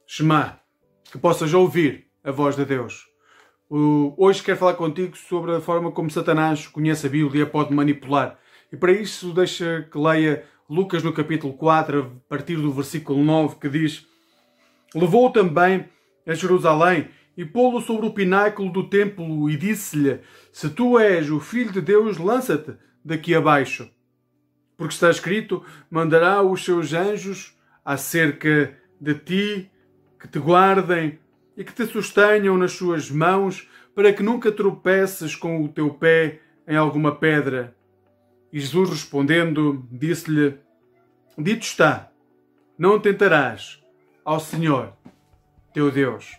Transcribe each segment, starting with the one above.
Shema, que possas ouvir a voz de Deus. Hoje quero falar contigo sobre a forma como Satanás conhece a Bíblia e a pode manipular. E para isso deixa que leia Lucas no capítulo 4, a partir do versículo 9, que diz: Levou-o também a Jerusalém e pô-lo sobre o pináculo do templo e disse-lhe: Se tu és o Filho de Deus, lança-te daqui abaixo. Porque está escrito: mandará os seus anjos acerca de ti, que te guardem e que te sustenham nas suas mãos, para que nunca tropeces com o teu pé em alguma pedra. E Jesus respondendo, disse-lhe: Dito está, não tentarás ao Senhor teu Deus.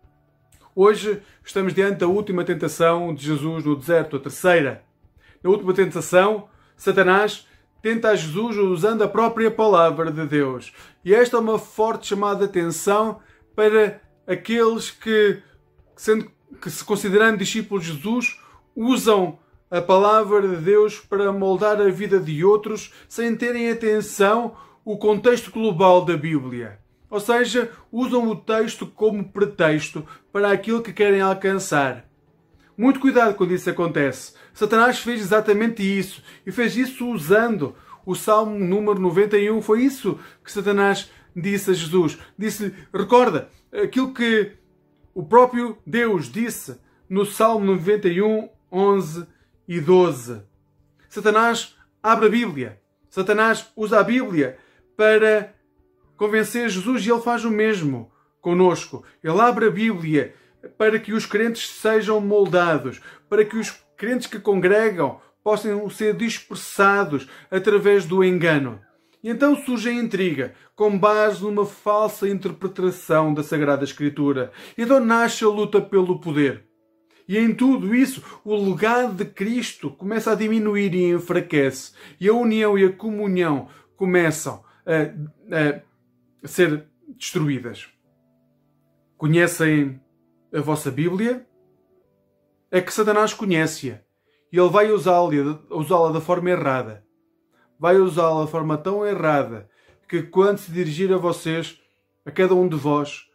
Hoje estamos diante da última tentação de Jesus no deserto, a terceira. Na última tentação, Satanás tenta a Jesus usando a própria palavra de Deus. E esta é uma forte chamada de atenção para aqueles que se considerando discípulos de Jesus, usam a palavra de Deus para moldar a vida de outros sem terem atenção o contexto global da Bíblia. Ou seja, usam o texto como pretexto para aquilo que querem alcançar. Muito cuidado quando isso acontece. Satanás fez exatamente isso. E fez isso usando o Salmo número 91. Foi isso que Satanás disse a Jesus. Disse-lhe, recorda, aquilo que o próprio Deus disse no Salmo 91, 11 e 12. Satanás abre a Bíblia. Satanás usa a Bíblia para convencer Jesus e ele faz o mesmo conosco. Ele abre a Bíblia para que os crentes sejam moldados, para que os crentes que congregam possam ser dispersados através do engano. E então surge a intriga, com base numa falsa interpretação da Sagrada Escritura. E então nasce a luta pelo poder. E em tudo isso, o legado de Cristo começa a diminuir e enfraquece. E a união e a comunhão começam a ser destruídas. Conhecem a vossa Bíblia? É que Satanás conhece-a. E ele vai usá-la da forma errada. Vai usá-la de forma tão errada que quando se dirigir a vocês, a cada um de vós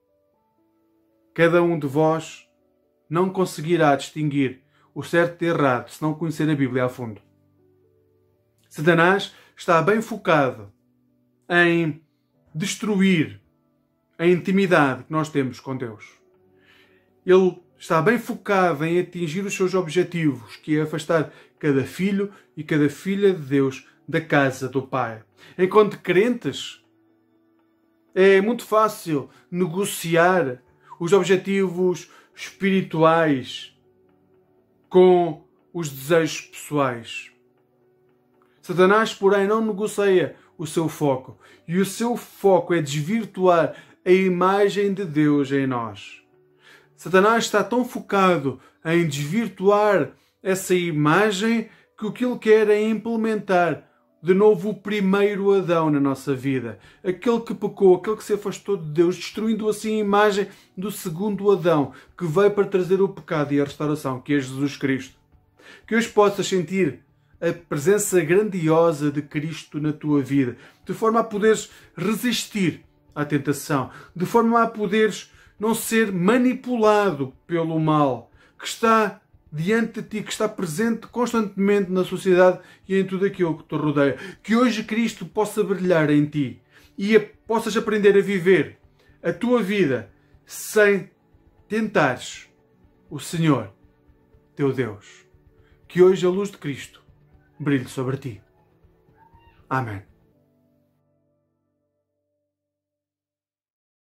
não conseguirá distinguir o certo e errado se não conhecer a Bíblia a fundo. Satanás está bem focado em destruir a intimidade que nós temos com Deus. Ele está bem focado em atingir os seus objetivos, que é afastar cada filho e cada filha de Deus da casa do Pai. Enquanto crentes, é muito fácil negociar os objetivos espirituais com os desejos pessoais. Satanás, porém, não negocia o seu foco. E o seu foco é desvirtuar a imagem de Deus em nós. Satanás está tão focado em desvirtuar essa imagem que o que ele quer é implementar de novo o primeiro Adão na nossa vida. Aquele que pecou, aquele que se afastou de Deus, destruindo assim a imagem do segundo Adão, que veio para trazer o pecado e a restauração, que é Jesus Cristo. Que hoje possas sentir a presença grandiosa de Cristo na tua vida, de forma a poderes resistir à tentação, de forma a poderes não ser manipulado pelo mal que está diante de ti, que está presente constantemente na sociedade e em tudo aquilo que te rodeia. Que hoje Cristo possa brilhar em ti e possas aprender a viver a tua vida sem tentares o Senhor, teu Deus. Que hoje a luz de Cristo brilhe sobre ti. Amém.